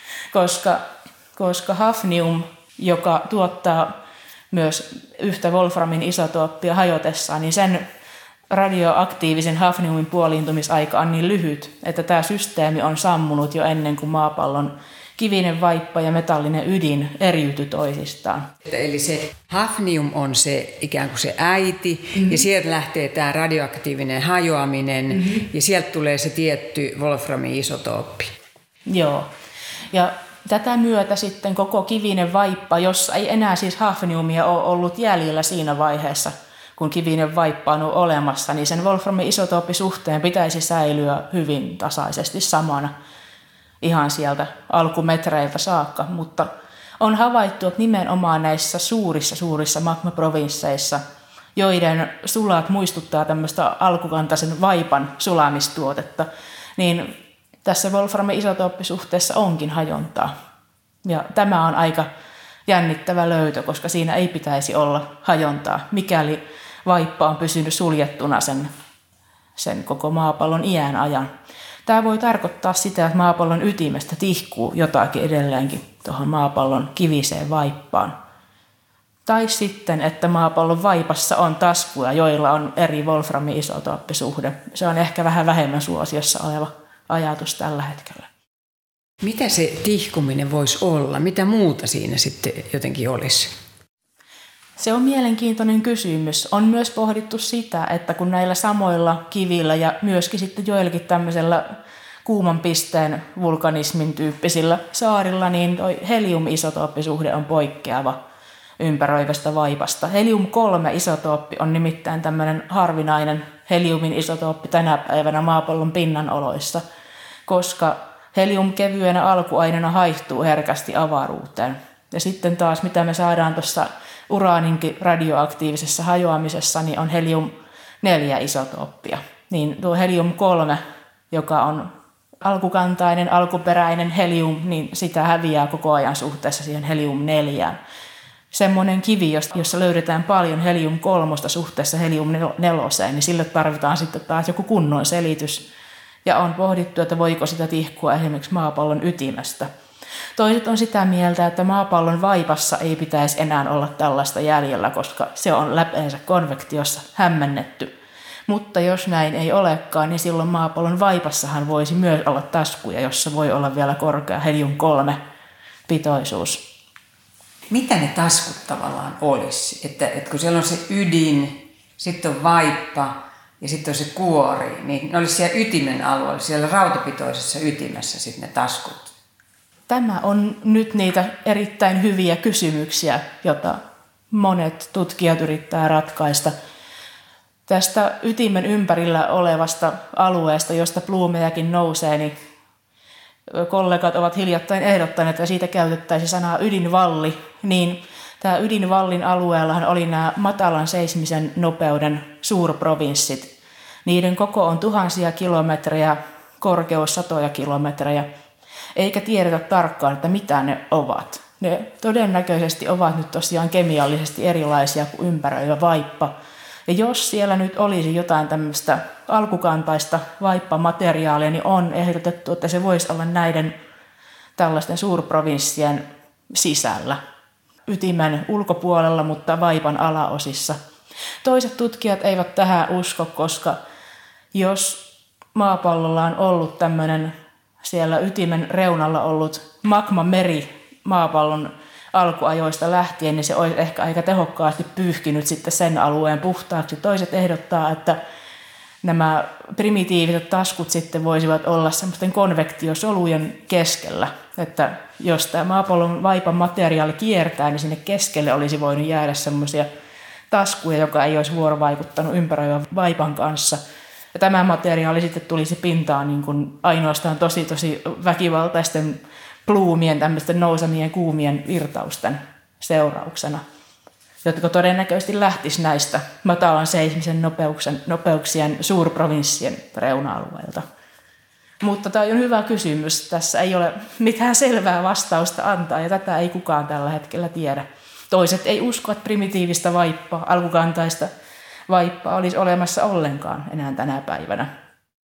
koska hafnium, joka tuottaa myös yhtä wolframin isotooppia hajotessaan, niin sen radioaktiivisen hafniumin puoliintumisaika on niin lyhyt, että tämä systeemi on sammunut jo ennen kuin maapallon kivinen vaippa ja metallinen ydin eriytyi toisistaan. Eli se hafnium on se ikään kuin se äiti, ja sieltä lähtee tämä radioaktiivinen hajoaminen, ja sieltä tulee se tietty wolframin isotooppi. Joo, ja tätä myötä sitten koko kivinen vaippa, jossa ei enää siis hafniumia ole ollut jäljellä siinä vaiheessa, kun kivinen vaippa on olemassa, niin sen wolframin isotooppisuhteen pitäisi säilyä hyvin tasaisesti samana ihan sieltä alkumetreiltä saakka, mutta on havaittu, että nimenomaan näissä suurissa magmaprovinsseissa, joiden sulat muistuttaa tämmöistä alkukantaisen vaipan sulamistuotetta, niin tässä wolframin isotooppisuhteessa onkin hajontaa. Ja tämä on aika jännittävä löytö, koska siinä ei pitäisi olla hajontaa, mikäli vaippa on pysynyt suljettuna sen koko maapallon iän ajan. Tämä voi tarkoittaa sitä, että maapallon ytimestä tihkuu jotakin edelleenkin tuohon maapallon kiviseen vaippaan. Tai sitten, että maapallon vaipassa on taskuja, joilla on eri wolframin isotooppisuhde. Se on ehkä vähän vähemmän suosiossa oleva ajatus tällä hetkellä. Mitä se tihkuminen voisi olla? Mitä muuta siinä sitten jotenkin olisi? Se on mielenkiintoinen kysymys. On myös pohdittu sitä, että kun näillä samoilla kivillä ja myöskin sitten joillakin tämmöisellä kuuman pisteen vulkanismin tyyppisillä saarilla, niin toi helium-isotooppisuhde on poikkeava ympäröivästä vaipasta. Helium-3 isotooppi on nimittäin tämmöinen harvinainen heliumin isotooppi tänä päivänä maapallon pinnan oloissa, koska helium kevyenä alkuaineena haihtuu herkästi avaruuteen. Ja sitten taas, mitä me saadaan tuossa uraaninkin radioaktiivisessa hajoamisessa, niin on helium-4 isotooppia. Niin tuo helium-3, joka on alkukantainen, alkuperäinen helium, niin sitä häviää koko ajan suhteessa siihen helium-4. Semmoinen kivi, jossa löydetään paljon helium-3 suhteessa helium-4, niin sille tarvitaan sitten taas joku kunnon selitys. Ja on pohdittu, että voiko sitä tihkua esimerkiksi maapallon ytimestä. Toiset on sitä mieltä, että maapallon vaipassa ei pitäisi enää olla tällaista jäljellä, koska se on läpeensä konvektiossa hämmennetty. Mutta jos näin ei olekaan, niin silloin maapallon vaipassahan voisi myös olla taskuja, jossa voi olla vielä korkea helium-3 pitoisuus. Mitä ne taskut tavallaan olisi? Että kun siellä on se ydin, sitten on vaippa ja sitten on se kuori, niin ne olisi siellä ytimen alueella, siellä rautapitoisessa ytimessä sitten ne taskut. Tämä on nyt niitä erittäin hyviä kysymyksiä, joita monet tutkijat yrittää ratkaista. Tästä ytimen ympärillä olevasta alueesta, josta pluumejakin nousee, niin kollegat ovat hiljattain ehdottaneet, että siitä käytettäisiin sanaa ydinvalli. Niin tämä ydinvallin alueellahan oli nämä matalan seismisen nopeuden suurprovinssit. Niiden koko on tuhansia kilometrejä, korkeus satoja kilometrejä. Eikä tiedetä tarkkaan, että mitä ne ovat. Ne todennäköisesti ovat nyt tosiaan kemiallisesti erilaisia kuin ympäröivä vaippa. Ja jos siellä nyt olisi jotain tämmöistä alkukantaista vaippamateriaalia, niin on ehdotettu, että se voisi olla näiden tällaisten suurprovinssien sisällä. Ytimen ulkopuolella, mutta vaipan alaosissa. Toiset tutkijat eivät tähän usko, koska jos maapallolla on ollut tämmöinen siellä ytimen reunalla ollut magmameri maapallon alkuajoista lähtien, niin se olisi ehkä aika tehokkaasti pyyhkinyt sitten sen alueen puhtaaksi. Toiset ehdottaa, että nämä primitiiviset taskut sitten voisivat olla semmoisten konvektiosolujen keskellä. Että jos tämä maapallon vaipan materiaali kiertää, niin sinne keskelle olisi voinut jäädä semmoisia taskuja, joka ei olisi vuorovaikuttanut ympäröivän vaipan kanssa. Ja tämä materiaali sitten tulisi pintaan niin kuin ainoastaan tosi väkivaltaisten pluumien, tämmöisten nousamien kuumien virtausten seurauksena, jotka todennäköisesti lähtisi näistä matalan seismisen nopeuksien suurprovinssien reuna-alueilta. Mutta tämä on hyvä kysymys. Tässä ei ole mitään selvää vastausta antaa, ja tätä ei kukaan tällä hetkellä tiedä. Toiset ei usko, että primitiivistä vaippaa, alkukantaista vaippaa olisi olemassa ollenkaan enää tänä päivänä.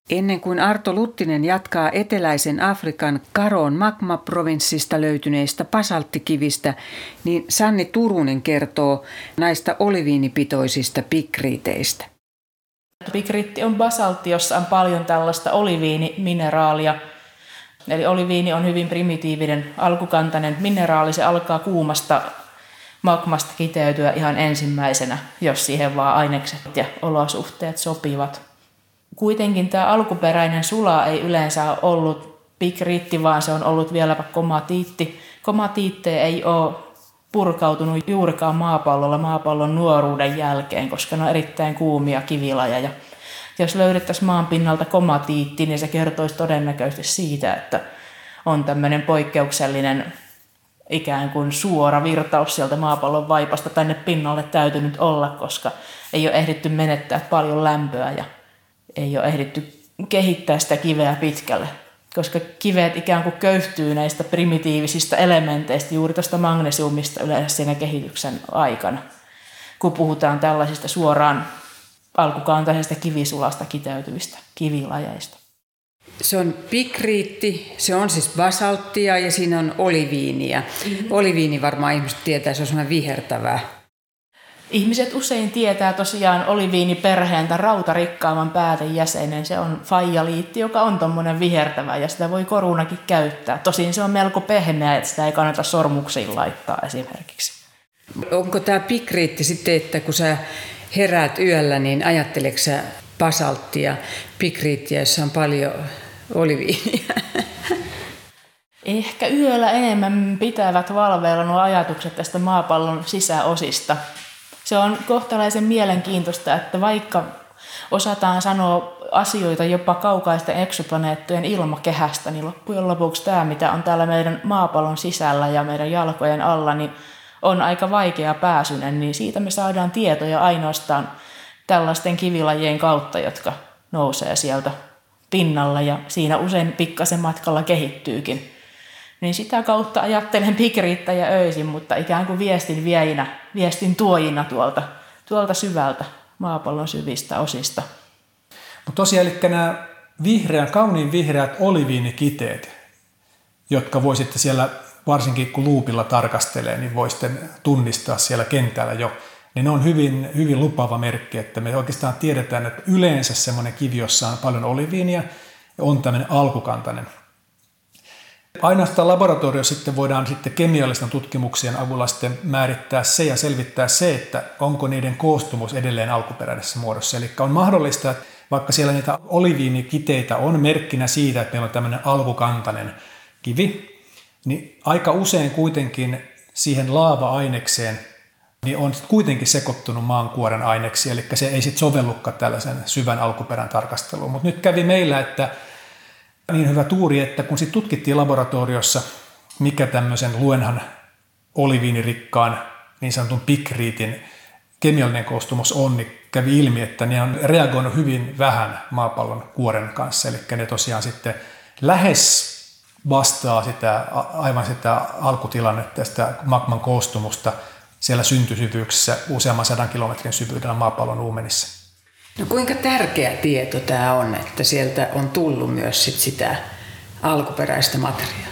Ennen kuin Arto Luttinen jatkaa eteläisen Afrikan Karon magma-provinssista löytyneistä basalttikivistä, niin Sanni Turunen kertoo näistä oliviinipitoisista pikriiteistä. Pikriitti on basaltti, jossa on paljon tällaista oliviinimineraalia. Eli oliviini on hyvin primitiivinen, alkukantainen mineraali. Se alkaa kuumasta magmasta kiteytyä ihan ensimmäisenä, jos siihen vaan ainekset ja olosuhteet sopivat. Kuitenkin tämä alkuperäinen sula ei yleensä ole ollut pikriitti, vaan se on ollut vieläpä komatiitti. Komatiitteja ei ole purkautunut juurikaan maapallolla maapallon nuoruuden jälkeen, koska ne on erittäin kuumia kivilajeja. Jos löydettäisiin maan pinnalta komatiitti, niin se kertoisi todennäköisesti siitä, että on tämmöinen poikkeuksellinen ikään kuin suora virtaus sieltä maapallon vaipasta tänne pinnalle täytynyt olla, koska ei ole ehditty menettää paljon lämpöä ja ei ole ehditty kehittää sitä kiveä pitkälle, koska kiveet ikään kuin köyhtyy näistä primitiivisistä elementeistä juuri tuosta magnesiumista yleensä siinä kehityksen aikana, kun puhutaan tällaisista suoraan alkukantaisesta kivisulasta kiteytyvistä kivilajeista. Se on pikriitti, se on siis basalttia ja siinä on oliviinia. Oliviini varmaan ihmiset tietää, se on semmoinen vihertävää. Ihmiset usein tietää tosiaan oliviiniperheen tai rautarikkaamman päätejäsenen. Se on faialiitti, joka on tommoinen vihertävä ja sitä voi korunakin käyttää. Tosin se on melko pehmeä, että sitä ei kannata sormuksiin laittaa esimerkiksi. Onko tämä pikriitti sitten, että kun sä heräät yöllä, niin ajatteleksä sä basalttia, pikriittiä, jossa on paljon oliviinia? Ehkä yöllä enemmän pitävät valveilla nuo ajatukset tästä maapallon sisäosista. Se on kohtalaisen mielenkiintoista, että vaikka osataan sanoa asioita jopa kaukaisten eksoplaneettojen ilmakehästä, niin loppujen lopuksi tämä, mitä on täällä meidän maapallon sisällä ja meidän jalkojen alla, niin on aika vaikea pääsyinen, niin siitä me saadaan tietoja ainoastaan tällaisten kivilajien kautta, jotka nousee sieltä pinnalla ja siinä usein pikkasen matkalla kehittyykin. Niin sitä kautta ajattelen pikriittäjä öisin, mutta ikään kuin viestin viejinä, viestin tuojina tuolta syvältä maapallon syvistä osista. Mutta tosiaan, eli nämä kauniin vihreät oliviinikiteet, jotka voi sitten siellä, varsinkin kun luupilla tarkastelee, niin voi sitten tunnistaa siellä kentällä jo, niin ne on hyvin, hyvin lupaava merkki, että me oikeastaan tiedetään, että yleensä semmoinen kivi, jossa on paljon oliviinia, on tämmöinen alkukantainen. Ainoastaan laboratoriossa sitten voidaan sitten kemiallisten tutkimuksien avulla sitten määrittää se ja selvittää se, että onko niiden koostumus edelleen alkuperäisessä muodossa. Eli on mahdollista, että vaikka siellä niitä oliviinikiteitä on merkkinä siitä, että meillä on tämmöinen alkukantainen kivi, niin aika usein kuitenkin siihen laava-ainekseen niin on kuitenkin sekoittunut maankuoren aineksi, eli se ei sitten sovellukaan tällaisen syvän alkuperän tarkasteluun. Mutta nyt kävi meillä, että niin hyvä tuuri, että kun sitten tutkittiin laboratoriossa, mikä tämmöisen luenhan oliviinirikkaan niin sanotun pikriitin kemiallinen koostumus on, niin kävi ilmi, että ne on reagoinut hyvin vähän maapallon kuoren kanssa. Eli ne tosiaan sitten lähes vastaa aivan sitä alkutilannetta ja sitä magman koostumusta siellä syntysyvyyksissä useamman 100 kilometrin syvyydellä maapallon uumenissa. No kuinka tärkeä tieto tämä on, että sieltä on tullut myös sitä alkuperäistä materiaalia?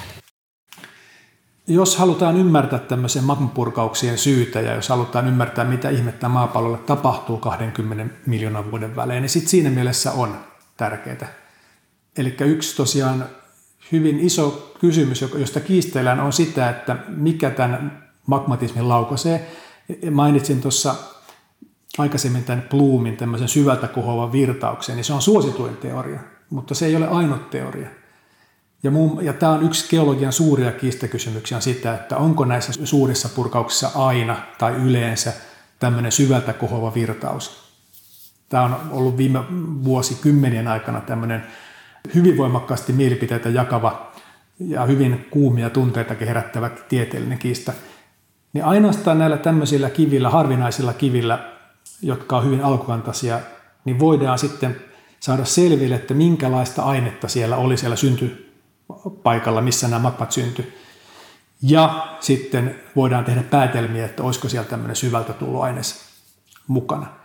Jos halutaan ymmärtää tämmöisen magmapurkauksien syytä ja jos halutaan ymmärtää, mitä ihmettä maapallolle tapahtuu 20 miljoonan vuoden välein, niin sitten siinä mielessä on tärkeää. Eli yksi tosiaan hyvin iso kysymys, josta kiistellään, on sitä, että mikä tämän magmatismin laukaisee. Mainitsin tuossa aikaisemmin tämän Bloomin tämmöisen syvältä kohoavan virtauksen, niin se on suosituin teoria, mutta se ei ole ainut teoria. Ja tämä on yksi geologian suuria kiistakysymyksiä sitä, että onko näissä suurissa purkauksissa aina tai yleensä tämmöinen syvältä kohoava virtaus. Tämä on ollut viime vuosikymmenien aikana tämmöinen hyvin voimakkaasti mielipiteitä jakava ja hyvin kuumia tunteitakin herättävä tieteellinen kiista. Niin ainoastaan näillä tämmöisillä kivillä, harvinaisilla kivillä, jotka on hyvin alkukantaisia, niin voidaan sitten saada selville, että minkälaista ainetta siellä oli siellä syntypaikalla, missä nämä magmat syntyi. Ja sitten voidaan tehdä päätelmiä, että olisiko siellä tämmöinen syvältä tullut aines mukana.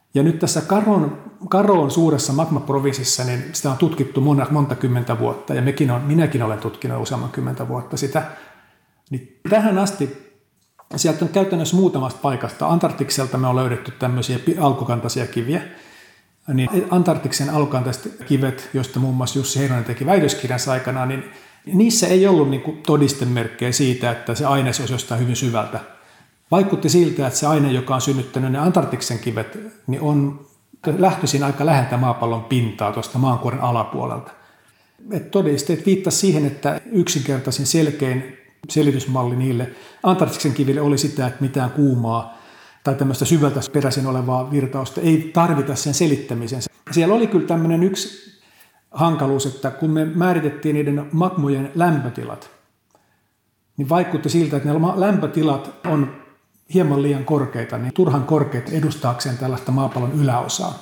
Ja nyt tässä Garoon suuressa magmaprovinssissa, niin sitä on tutkittu monta kymmentä vuotta, ja minäkin olen tutkinut useamman kymmentä vuotta sitä. Niin tähän asti sieltä on käytännössä muutamasta paikasta. Antarktikselta me on löydetty tämmöisiä alkukantaisia kiviä. Niin Antarktiksen alkukantaiset kivet, joista muun muassa Jussi Heinonen teki väitöskirjansa aikanaan, niin niissä ei ollut niin kuin todistemerkkejä siitä, että se aines olisi jostain hyvin syvältä. Vaikutti siltä, että se aine, joka on synnyttänyt ne Antarktiksen kivet, niin on lähtöisin aika läheltä maapallon pintaa tuosta maankuoren alapuolelta. Todisteet viittasivat siihen, että yksinkertaisin selkein selitysmalli niille Antarktiksen kiville oli sitä, että mitään kuumaa tai tämmöistä syvältä peräisin olevaa virtausta ei tarvita sen selittämiseen. Siellä oli kyllä tämmöinen yksi hankaluus, että kun me määritettiin niiden magmojen lämpötilat, niin vaikutti siltä, että ne lämpötilat on hieman liian korkeita, niin turhan korkeita edustaakseen tällaista maapallon yläosaa.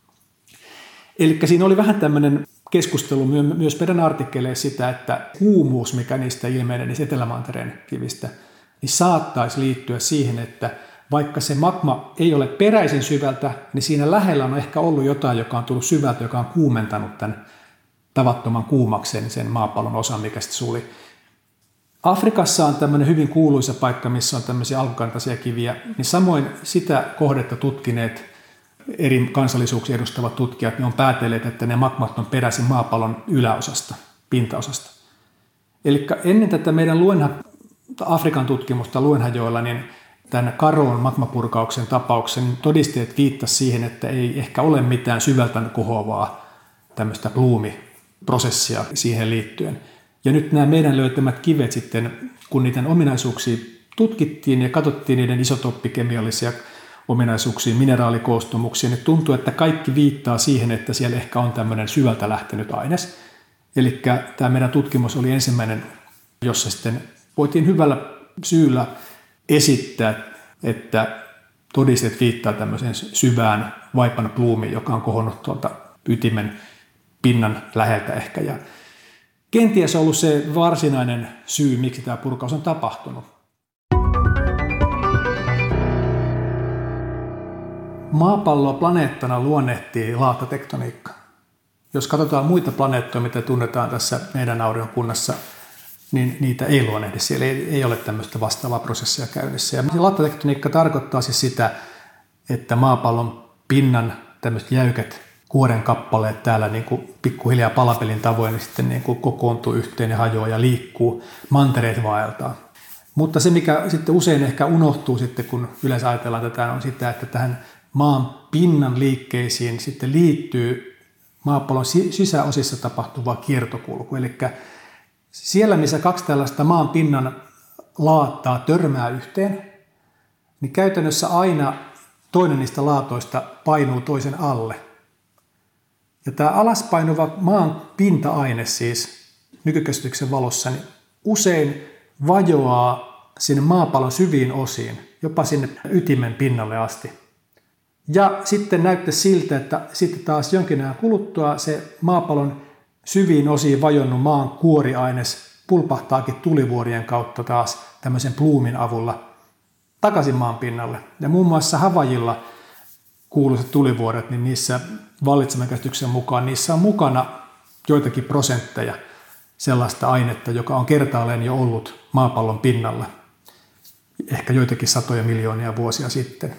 Eli siinä oli vähän tämmöinen keskustelu myös meidän artikkeleissa sitä, että kuumuus, mikä niistä ilmenee, niistä Etelämantereen kivistä, niin saattaisi liittyä siihen, että vaikka se magma ei ole peräisin syvältä, niin siinä lähellä on ehkä ollut jotain, joka on tullut syvältä, joka on kuumentanut tämän tavattoman kuumakseen sen maapallon osan, mikä sitten suli. Afrikassa on tämmöinen hyvin kuuluisa paikka, missä on tämmöisiä alkukantaisia kiviä, niin samoin sitä kohdetta tutkineet eri kansallisuuksia edustavat tutkijat, ne on päätelleet, että ne magmat on peräisin maapallon yläosasta, pintaosasta. Eli ennen tätä meidän Afrikan tutkimusta Luenhajoilla, niin tämän Garoon magmapurkauksen tapauksen niin todisteet viittasivat siihen, että ei ehkä ole mitään syvältä kohoavaa tämmöistä pluumiprosessia siihen liittyen. Ja nyt nämä meidän löytämät kivet sitten, kun niiden ominaisuuksia tutkittiin ja katsottiin niiden isotoppikemiallisia ominaisuuksia, mineraalikoostumuksia, niin tuntuu, että kaikki viittaa siihen, että siellä ehkä on tämmöinen syvältä lähtenyt aines. Eli tämä meidän tutkimus oli ensimmäinen, jossa sitten voitiin hyvällä syyllä esittää, että todisteet viittaa tämmöiseen syvään vaipan pluumiin, joka on kohonnut tuolta ytimen pinnan läheltä ehkä. Ja kenties on ollut se varsinainen syy, miksi tämä purkaus on tapahtunut. Maapalloa planeettana luonnehtii laattatektoniikka. Jos katsotaan muita planeettoja, mitä tunnetaan tässä meidän aurinkokunnassa, niin niitä ei luonnehdi. Siellä ei ole tämmöistä vastaavaa prosessia käynnissä. Ja laattatektoniikka tarkoittaa siis sitä, että maapallon pinnan tämmöiset jäykät kuoren kappaleet täällä niin kuin pikkuhiljaa palapelin tavoin niin sitten niin kuin kokoontuu yhteen ja hajoaa ja liikkuu, mantereet vaeltaa. Mutta se, mikä sitten usein ehkä unohtuu sitten, kun yleensä ajatellaan tätä, on sitä, että tähän maan pinnan liikkeisiin sitten liittyy maapallon sisäosissa tapahtuva kiertokulku. Eli siellä, missä kaksi tällaista maan pinnan laattaa törmää yhteen, niin käytännössä aina toinen niistä laatoista painuu toisen alle. Ja tämä alaspainuva maan pinta-aine siis nykykäsityksen valossa niin usein vajoaa sinne maapallon syviin osiin, jopa sinne ytimen pinnalle asti. Ja sitten näyttäisi siltä, että sitten taas jonkin ajan kuluttua se maapallon syviin osiin vajonnut maan kuoriaines pulpahtaakin tulivuorien kautta taas tämmöisen pluumin avulla takaisin maan pinnalle. Ja muun muassa Havaijilla kuuluisat tulivuoret, niin niissä vallitsevan käsityksen mukaan niissä on mukana joitakin prosentteja sellaista ainetta, joka on kertaalleen jo ollut maapallon pinnalla, ehkä joitakin satoja miljoonia vuosia sitten.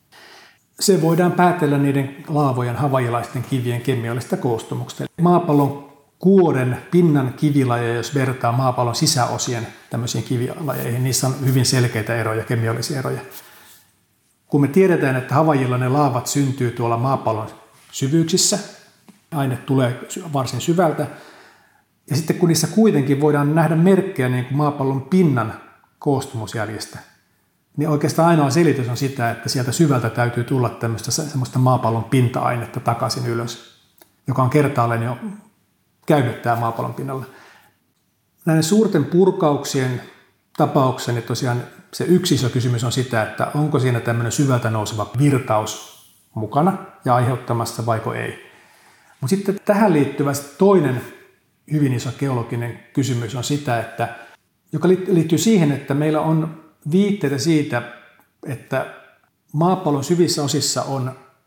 Se voidaan päätellä niiden laavojen havajilaisten kivien kemiallisesta koostumuksesta. Maapallon kuoren pinnan kivilajeja, jos vertaa maapallon sisäosien tämmöisiin kivilajeihin, niissä on hyvin selkeitä eroja, kemiallisia eroja. Kun me tiedetään, että Havaijilla ne laavat syntyy tuolla maapallon syvyyksissä, aine tulee varsin syvältä, ja sitten kun niissä kuitenkin voidaan nähdä merkkejä niin kuin maapallon pinnan koostumusjäljestä, niin oikeastaan ainoa selitys on sitä, että sieltä syvältä täytyy tulla semmoista maapallon pinta-ainetta takaisin ylös, joka on kertaalleen jo käynyt tää maapallon pinnalla. Näiden suurten purkauksien tapauksessa niin tosiaan se yksi iso kysymys on sitä, että onko siinä tämmöinen syvältä nouseva virtaus mukana ja aiheuttamassa vaiko ei. Mutta sitten tähän liittyvä toinen hyvin iso geologinen kysymys on sitä, joka liittyy siihen, että meillä on viitteitä siitä, että maapallon syvissä osissa on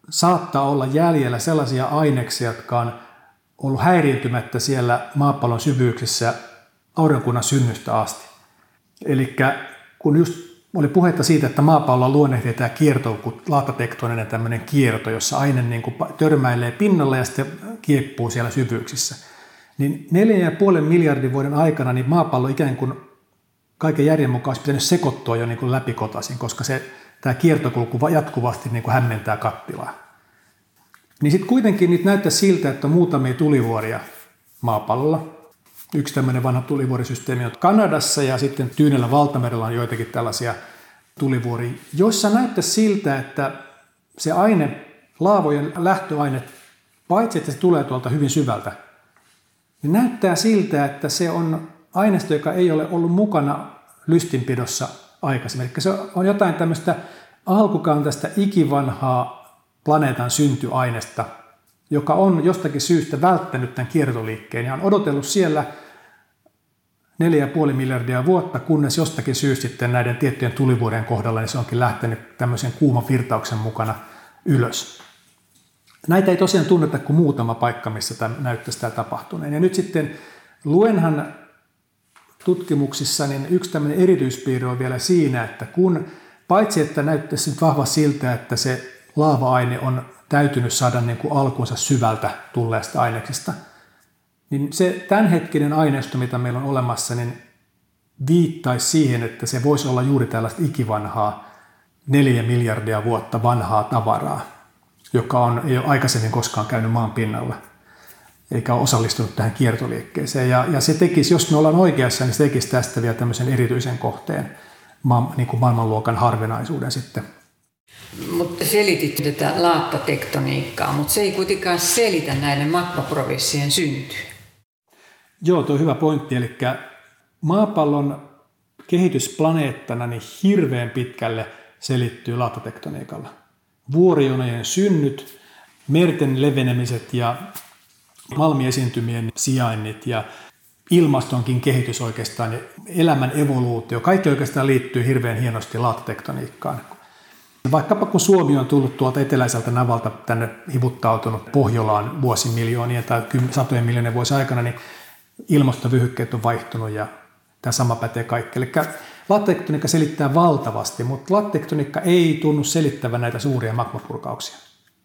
saattaa olla jäljellä sellaisia aineksia, jotka on ollut häiriintymättä siellä maapallon syvyyksissä aurinkokunnan synnystä asti. Eli kun just oli puhetta siitä, että maapallolla luonnehtii tämä kierto, kun laattotektoninen tämmöinen kierto, jossa aine niin kuin törmäilee pinnalla ja sitten kieppuu siellä syvyyksissä, niin 4,5 miljardin vuoden aikana niin maapallo ikään kuin kaiken järjen mukaan olisi pitänyt sekoittua jo niin kuin läpikotaisin, koska tämä kiertokulku jatkuvasti niin kuin hämmentää kattilaa. Niin sitten kuitenkin nyt näyttää siltä, että on muutamia tulivuoria maapallolla. Yksi tämmöinen vanha tulivuorisysteemi on Kanadassa ja sitten Tyynellä valtamerellä on joitakin tällaisia tulivuoria, joissa näyttää siltä, että se aine, laavojen lähtöaine, paitsi että se tulee tuolta hyvin syvältä, niin näyttää siltä, että se on aineisto, joka ei ole ollut mukana lystinpidossa aikaisemmin. Eli se on jotain tämmöistä alkukantaista ikivanhaa planeetan syntyainesta, joka on jostakin syystä välttänyt tämän kiertoliikkeen ja on odotellut siellä 4,5 miljardia vuotta, kunnes jostakin syystä sitten näiden tiettyjen tulivuorien kohdalla niin se onkin lähtenyt tämmöisen kuuman virtauksen mukana ylös. Näitä ei tosiaan tunneta kuin muutama paikka, missä tämä näyttäisi tämä tapahtuneen. Ja nyt sitten luenhan tutkimuksissa niin yksi tämmöinen erityispiirre on vielä siinä, että kun paitsi että näyttäisi nyt vahva siltä, että se laava-aine on täytynyt saada niin kuin alkunsa syvältä tulleesta aineksesta, niin se tämänhetkinen aineisto, mitä meillä on olemassa, niin viittaisi siihen, että se voisi olla juuri tällaista ikivanhaa 4 miljardia vuotta vanhaa tavaraa, joka ei ole aikaisemmin koskaan käynyt maan pinnalla, eikä ole osallistunut tähän kiertoliikkeeseen. Ja se tekisi, jos me ollaan oikeassa, niin se tekisi tästä vielä tämmöisen erityisen kohteen, niin kuin maailmanluokan harvinaisuuden sitten. Mutta selitit tätä laattotektoniikkaa, mutta se ei kuitenkaan selitä näiden magmaprovinssien syntyä. Joo, tuo on hyvä pointti. Eli maapallon kehitys planeettana niin hirveän pitkälle selittyy laattotektoniikalla. Vuorijonojen synnyt, merten levenemiset ja malmiesiintymien sijainnit ja ilmastonkin kehitys oikeastaan ja elämän evoluutio, kaikki oikeastaan liittyy hirveän hienosti laattotektoniikkaan. Vaikkapa kun Suomi on tullut tuolta eteläiseltä navalta tänne hivuttautunut Pohjolaan vuosimiljoonien tai satojen miljoonien vuosien aikana, niin ilmastovyhykkeet on vaihtunut ja tämä sama pätee kaikki. Eli laattotektoniikka selittää valtavasti, mutta laattotektoniikka ei tunnu selittävän näitä suuria magmapurkauksia.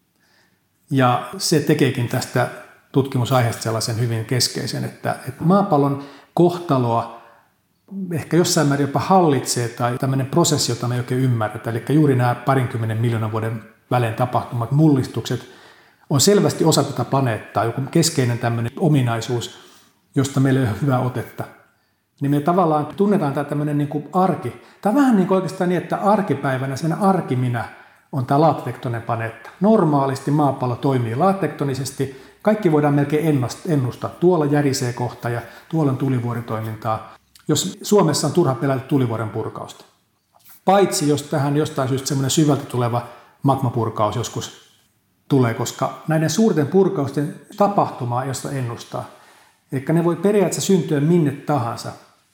Ja se tekeekin tästä tutkimusaiheesta sellaisen hyvin keskeisen, että maapallon kohtaloa ehkä jossain määrin jopa hallitsee tai tämmöinen prosessi, jota me ei oikein ymmärretä. Eli juuri nämä 20 miljoonan vuoden välein tapahtumat mullistukset on selvästi osa tätä planeettaa, joku keskeinen tämmöinen ominaisuus, josta meillä ei ole hyvää otetta. Niin me tavallaan tunnetaan tämä tämmöinen niin kuin arki. Tämä on vähän niin kuin oikeastaan niin, että arkipäivänä sellainen arkiminä on tämä laattotektoninen planeetta. Normaalisti maapallo toimii laattotektonisesti. Kaikki voidaan melkein ennustaa. Tuolla järisee kohta ja tuolla on tulivuoritoimintaa. Jos Suomessa on turha pelätä tulivuoren purkausta. Paitsi jos tähän jostain syystä semmoinen syvältä tuleva magmapurkaus joskus tulee, koska näiden suurten purkausten tapahtumaa ei josta ennustaa. Eli ne voi periaatteessa syntyä minne tahansa.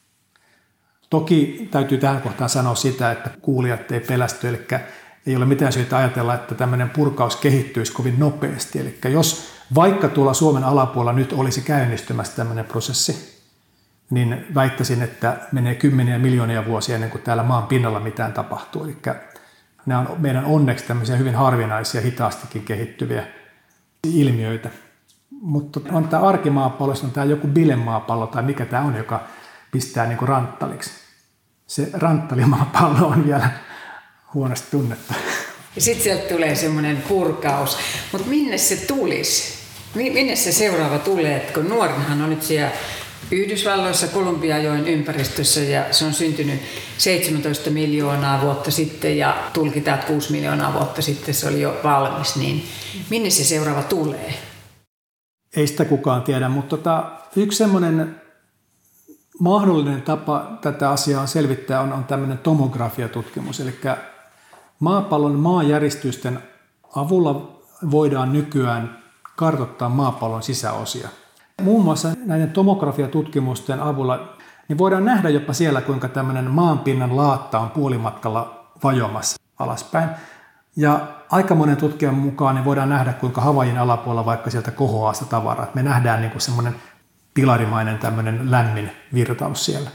Toki täytyy tähän kohtaan sanoa sitä, että kuulijat ei pelästy, eli ei ole mitään syytä ajatella, että tämmöinen purkaus kehittyisi kovin nopeasti. Eli jos vaikka tuolla Suomen alapuolella nyt olisi käynnistymässä tämmöinen prosessi, niin väittäisin, että menee kymmeniä miljoonia vuosia ennen kuin täällä maan pinnalla mitään tapahtuu. Eli nämä on meidän onneksi tämmöisiä hyvin harvinaisia, hitaastikin kehittyviä ilmiöitä. Mutta on tämä arkimaapallo, on tämä joku bilemaapallo tai mikä tämä on, joka pistää niin kuin ranttaliksi. Se ranttalimaapallo on vielä huonosti tunnettu. Ja sitten sieltä tulee semmoinen purkaus. Mutta minne se tulisi? Minne se seuraava tulee? Et kun nuorenhan on nyt siellä Yhdysvalloissa Kolumbiajoen ympäristössä ja se on syntynyt 17 miljoonaa vuotta sitten ja tulkitaan, että 6 miljoonaa vuotta sitten se oli jo valmis. Niin minne se seuraava tulee? Ei sitä kukaan tiedä, mutta yksi semmoinen mahdollinen tapa tätä asiaa selvittää on tämmöinen tomografiatutkimus. Eli maapallon maanjäristysten avulla voidaan nykyään kartoittaa maapallon sisäosia. Muun muassa näiden tomografiatutkimusten avulla niin voidaan nähdä jopa siellä, kuinka tämmöinen maanpinnan laatta on puolimatkalla vajomassa alaspäin. Ja aika monen tutkijan mukaan niin voidaan nähdä, kuinka Havaijin alapuolella vaikka sieltä kohoaa sitä tavaraa. Me nähdään niin kuin semmoinen pilarimainen tämmöinen lämmin virtaus siellä.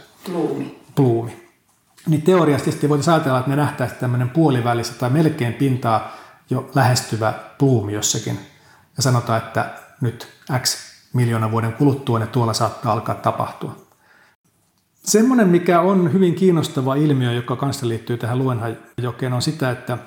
Pluumi. Niin teoriallisesti voitaisiin ajatella, että me nähtäisiin tämmöinen puolivälissä tai melkein pintaa jo lähestyvä pluumi jossakin. Ja sanotaan, että nyt X miljoonan vuoden kuluttua ne tuolla saattaa alkaa tapahtua. Semmoinen, mikä on hyvin kiinnostava ilmiö, joka kanssa liittyy tähän Luenhajokeen, on sitä, että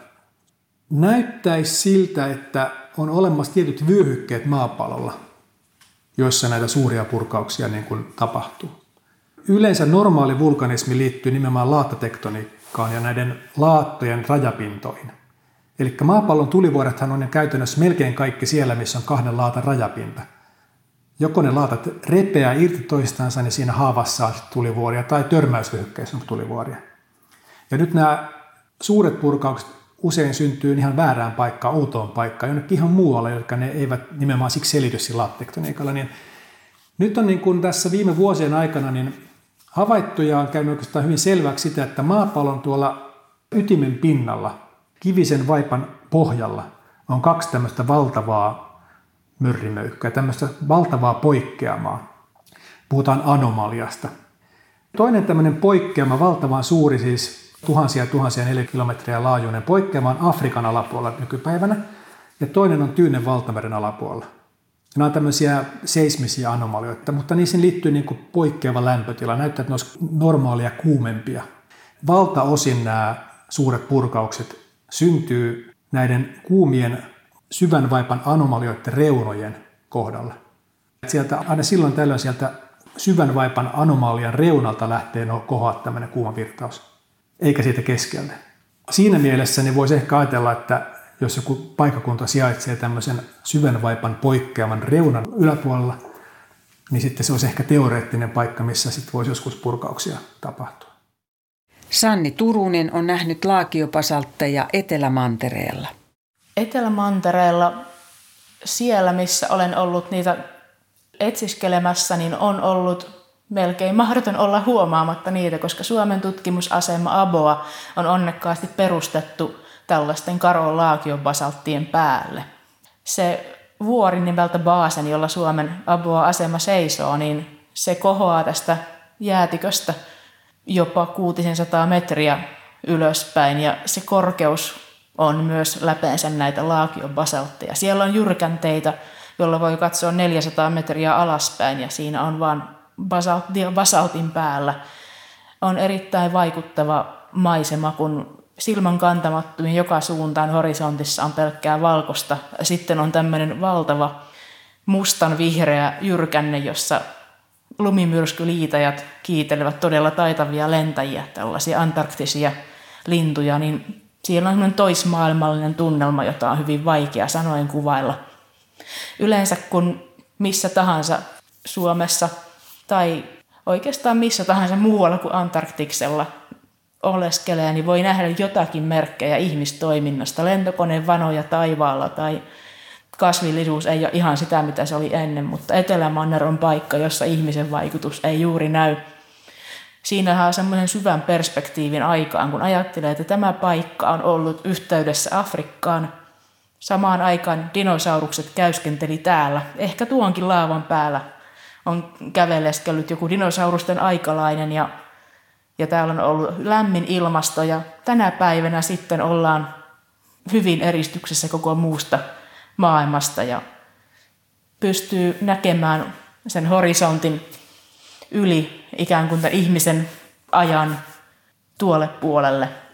näyttäisi siltä, että on olemassa tietyt vyöhykkeet maapallolla, joissa näitä suuria purkauksia niin kuin tapahtuu. Yleensä normaali vulkanismi liittyy nimenomaan laattatektoniikkaan ja näiden laattojen rajapintoihin. Eli maapallon tulivuorethan on käytännössä melkein kaikki siellä, missä on kahden laatan rajapinta. Joko ne laatat repeää irti toistansa, niin siinä haavassa on tulivuoria, tai törmäysvyöhykkeissä on tulivuoria. Ja nyt nämä suuret purkaukset usein syntyy ihan väärään paikkaan, outoon paikkaan, jonnekin ihan muualle, jotka ne eivät nimenomaan siksi selity sillä laattotektoniikalla. Niin nyt on niin kuin tässä viime vuosien aikana niin havaittu ja on käynyt oikeastaan hyvin selväksi sitä, että maapallon tuolla ytimen pinnalla, kivisen vaipan pohjalla, on kaksi tämmöistä valtavaa myrrimöykkyä, tämmöistä valtavaa poikkeamaa. Puhutaan anomaliasta. Toinen tämmöinen poikkeama, valtavan suuri, siis tuhansia neliökilometriä laajuinen poikkeama on Afrikan alapuolella nykypäivänä, ja toinen on Tyynen valtameren alapuolella. Nämä on tämmöisiä seismisiä anomalioita, mutta niihin liittyy niin kuin poikkeava lämpötila. Näyttää, että ne olisi normaalia kuumempia. Valtaosin nämä suuret purkaukset syntyy näiden kuumien syvän vaipan anomalioiden reunojen kohdalla. Sieltä, aina silloin tällöin sieltä syvän vaipan anomalian reunalta lähtee kohoaa tämmöinen kuuma virtaus, eikä siitä keskeltä. Siinä mielessä niin voisi ehkä ajatella, että jos joku paikkakunta sijaitsee tämmöisen syvän vaipan poikkeaman reunan yläpuolella, niin sitten se olisi ehkä teoreettinen paikka, missä sitten voisi joskus purkauksia tapahtua. Sanni Turunen on nähnyt laakiobasaltteja Etelämantereella. Etelämantereella, siellä missä olen ollut niitä etsiskelemässä, niin on ollut melkein mahdoton olla huomaamatta niitä, koska Suomen tutkimusasema ABOA on onnekkaasti perustettu tällaisten Karon laakiobasalttien päälle. Se vuori nimeltä Baasen, jolla Suomen ABOA-asema seisoo, niin se kohoaa tästä jäätiköstä jopa 600 metriä ylöspäin, ja se korkeus on myös läpeensä näitä laakiobasaltteja. Siellä on jyrkänteitä, jolla voi katsoa 400 metriä alaspäin, ja siinä on vain basaltin päällä. On erittäin vaikuttava maisema, kun silmän kantamattomiin joka suuntaan horisontissa on pelkkää valkosta. Sitten on tämmöinen valtava mustan vihreä jyrkänne, jossa lumimyrskyliitäjät kiitelevät todella taitavia lentäjiä, tällaisia antarktisia lintuja, niin siellä on semmoinen toismaailmallinen tunnelma, jota on hyvin vaikea sanoen kuvailla. Yleensä kun missä tahansa Suomessa tai oikeastaan missä tahansa muualla kuin Antarktiksella oleskelee, niin voi nähdä jotakin merkkejä ihmistoiminnasta, lentokoneen vanoja taivaalla tai kasvillisuus ei ole ihan sitä, mitä se oli ennen, mutta Etelämanner on paikka, jossa ihmisen vaikutus ei juuri näy. Siinä on semmoisen syvän perspektiivin aikaan, kun ajattelee, että tämä paikka on ollut yhteydessä Afrikkaan. Samaan aikaan dinosaurukset käyskenteli täällä. Ehkä tuonkin laavan päällä on käveleskellyt joku dinosaurusten aikalainen ja täällä on ollut lämmin ilmasto ja tänä päivänä sitten ollaan hyvin eristyksessä koko muusta maailmasta ja pystyy näkemään sen horisontin yli ikään kuin ihmisen ajan tuolle puolelle.